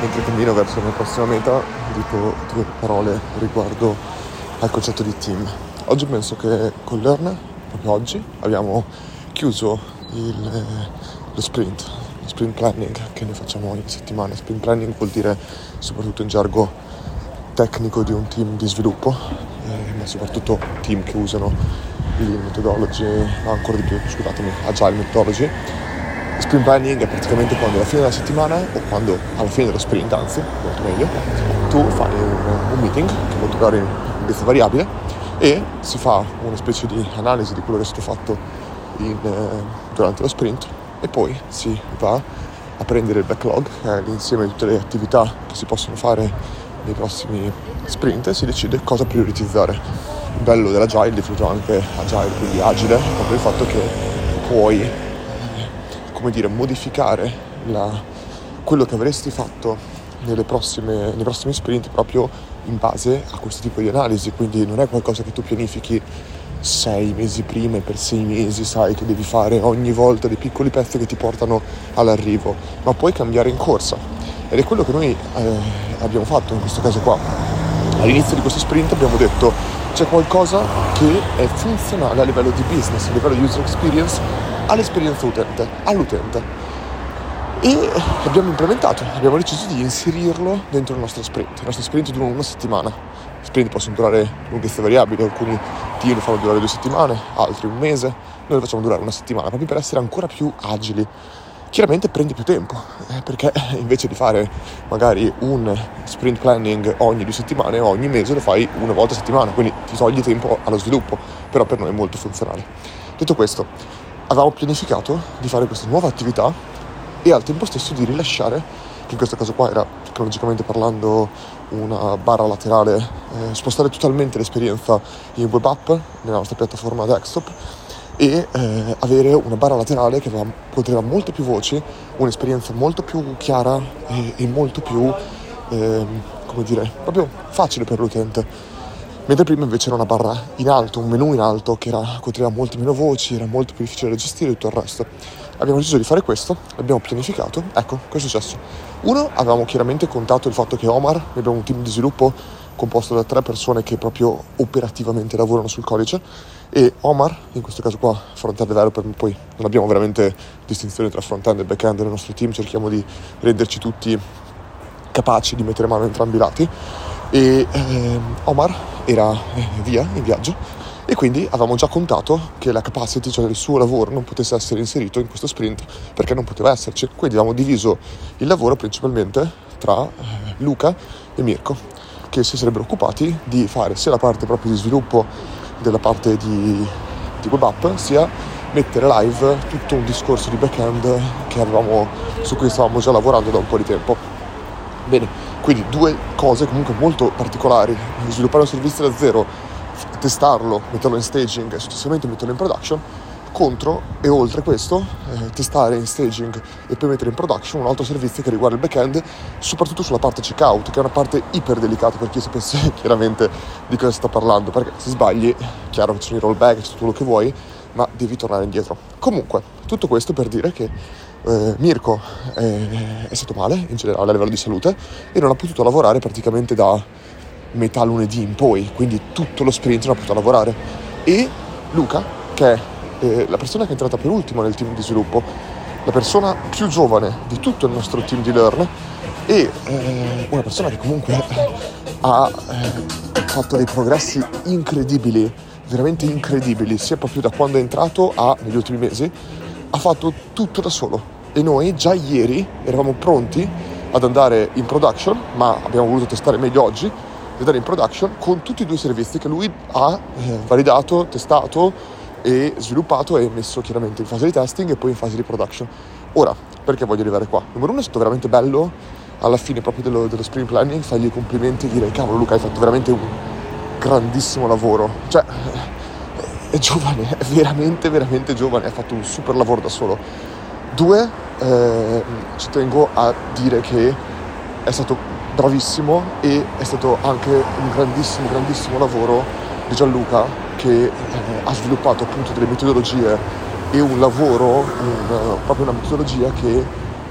mentre cammino verso la mia prossima meta, dico due parole riguardo al concetto di team. Oggi penso che con Learn, proprio oggi, abbiamo chiuso lo sprint planning che noi facciamo ogni settimana. Sprint planning vuol dire, soprattutto in gergo tecnico, di un team di sviluppo, ma soprattutto team che usano Lean methodology, ancora di più, scusatemi, Agile methodology. Sprint planning è praticamente quando alla fine della settimana, o quando alla fine dello sprint, anzi, molto meglio, tu fai un meeting, che molto magari in lunghezza variabile, e si fa una specie di analisi di quello che è stato fatto durante lo sprint, e poi si va a prendere il backlog, che è l'insieme di tutte le attività che si possono fare nei prossimi sprint, e si decide cosa prioritizzare. Il bello dell'agile, definito anche agile, quindi agile, è proprio il fatto che puoi modificare quello che avresti fatto nei prossimi sprint proprio in base a questo tipo di analisi. Quindi non è qualcosa che tu pianifichi 6 mesi prima e per 6 mesi sai che devi fare ogni volta dei piccoli pezzi che ti portano all'arrivo, ma puoi cambiare in corsa, ed è quello che noi abbiamo fatto in questo caso qua. All'inizio di questo sprint abbiamo detto: c'è qualcosa che è funzionale a livello di business, a livello di user experience, all'esperienza all'utente, e l'abbiamo implementato. Abbiamo deciso di inserirlo dentro il nostro sprint. I nostri sprint durano una settimana. Gli sprint possono durare lunghezze variabili, alcuni team lo fanno durare 2 settimane, altri un mese, noi lo facciamo durare una settimana, proprio per essere ancora più agili. Chiaramente prendi più tempo, perché invece di fare magari un sprint planning ogni 2 settimane o ogni mese, lo fai una volta a settimana, quindi ti togli tempo allo sviluppo, però per noi è molto funzionale. Detto questo, avevamo pianificato di fare questa nuova attività e al tempo stesso di rilasciare, che in questo caso qua era tecnologicamente parlando una barra laterale, spostare totalmente l'esperienza in web app nella nostra piattaforma desktop, e avere una barra laterale che poteva molte più voci, un'esperienza molto più chiara e molto più proprio facile per l'utente. Mentre prima invece era una barra in alto, un menu in alto che conteneva molte meno voci, era molto più difficile da gestire e tutto il resto. Abbiamo deciso di fare questo, l'abbiamo pianificato. Ecco, cosa è successo? Uno, avevamo chiaramente contato il fatto che Omar, noi abbiamo un team di sviluppo composto da 3 persone che proprio operativamente lavorano sul codice, e Omar, in questo caso qua front-end developer, poi non abbiamo veramente distinzione tra front-end e back-end nel nostro team, cerchiamo di renderci tutti capaci di mettere mano a entrambi i lati, e Omar era via in viaggio, e quindi avevamo già contato che la capacity, cioè il suo lavoro, non potesse essere inserito in questo sprint perché non poteva esserci. Quindi avevamo diviso il lavoro principalmente tra Luca e Mirko, che si sarebbero occupati di fare sia la parte proprio di sviluppo della parte di web app, sia mettere live tutto un discorso di back-end su cui stavamo già lavorando da un po' di tempo. Bene, quindi 2 cose comunque molto particolari: sviluppare un servizio da zero, testarlo, metterlo in staging e successivamente metterlo in production, contro e oltre questo testare in staging e poi mettere in production un altro servizio che riguarda il back-end, soprattutto sulla parte checkout, che è una parte iper delicata per chi sapesse chiaramente di cosa sta parlando, perché se sbagli, chiaro che ci sono i rollback, tutto quello che vuoi, ma devi tornare indietro. Comunque, tutto questo per dire che Mirko è stato male in generale a livello di salute e non ha potuto lavorare praticamente da metà lunedì in poi, quindi tutto lo sprint non ha potuto lavorare. E Luca, che è la persona che è entrata per ultimo nel team di sviluppo, la persona più giovane di tutto il nostro team di Learn, e una persona che comunque ha fatto dei progressi incredibili, veramente incredibili, sia proprio da quando è entrato negli ultimi mesi, ha fatto tutto da solo. E noi già ieri eravamo pronti ad andare in production, ma abbiamo voluto testare meglio oggi, di andare in production con tutti e 2 i servizi che lui ha validato, testato e sviluppato e messo chiaramente in fase di testing e poi in fase di production. Ora, perché voglio arrivare qua? Numero 1, è stato veramente bello alla fine proprio dello sprint planning fargli i complimenti e dire: cavolo Luca, hai fatto veramente un grandissimo lavoro, cioè è giovane, è veramente veramente giovane, ha fatto un super lavoro da solo. 2, ci tengo a dire che è stato bravissimo e è stato anche un grandissimo lavoro di Gianluca, che ha sviluppato appunto delle metodologie e un lavoro, proprio una metodologia che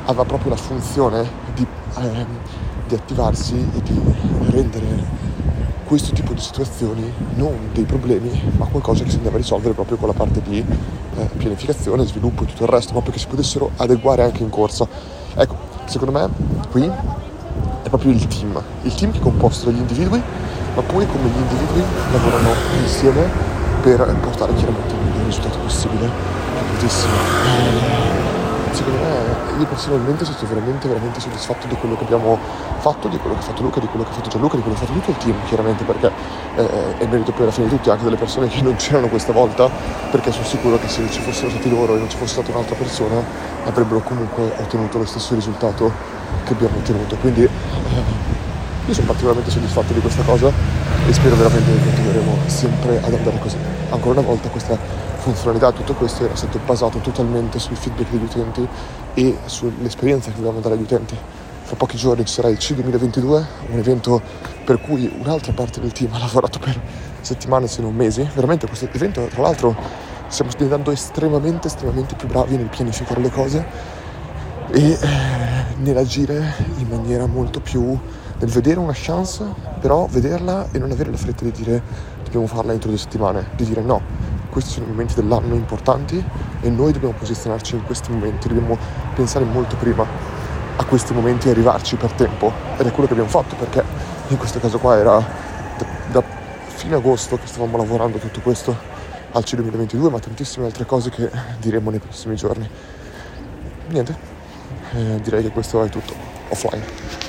aveva proprio la funzione di attivarsi e di rendere questo tipo di situazioni non dei problemi, ma qualcosa che si andava a risolvere proprio con la parte di pianificazione, sviluppo e tutto il resto, proprio che si potessero adeguare anche in corsa. Ecco, secondo me qui è proprio il team che è composto dagli individui, ma poi come gli individui lavorano insieme per portare chiaramente il miglior risultato possibile, più potessimo. Secondo me, io personalmente sono veramente, veramente soddisfatto di quello che abbiamo fatto, di quello che ha fatto Luca, di quello che ha fatto Gianluca, di quello che ha fatto tutto il team, chiaramente, perché è merito poi alla fine di tutti, anche delle persone che non c'erano questa volta, perché sono sicuro che se ci fossero stati loro e non ci fosse stata un'altra persona, avrebbero comunque ottenuto lo stesso risultato che abbiamo ottenuto. Quindi io sono particolarmente soddisfatto di questa cosa e spero veramente che continueremo sempre ad andare così. Ancora una volta questa funzionalità, tutto questo era stato basato totalmente sul feedback degli utenti e sull'esperienza che volevamo dare agli utenti. Fra pochi giorni ci sarà il C 2022, un evento per cui un'altra parte del team ha lavorato per settimane se non mesi. Veramente questo evento, tra l'altro, stiamo diventando estremamente più bravi nel pianificare le cose e nell'agire in maniera molto più, nel vedere una chance, però vederla e non avere la fretta di dire dobbiamo farla entro 2 settimane, di dire no, questi sono i momenti dell'anno importanti e noi dobbiamo posizionarci in questi momenti, dobbiamo pensare molto prima a questi momenti e arrivarci per tempo, ed è quello che abbiamo fatto, perché in questo caso qua era da fine agosto che stavamo lavorando tutto questo al C 2022, ma tantissime altre cose che diremo nei prossimi giorni. Niente, direi che questo è tutto offline.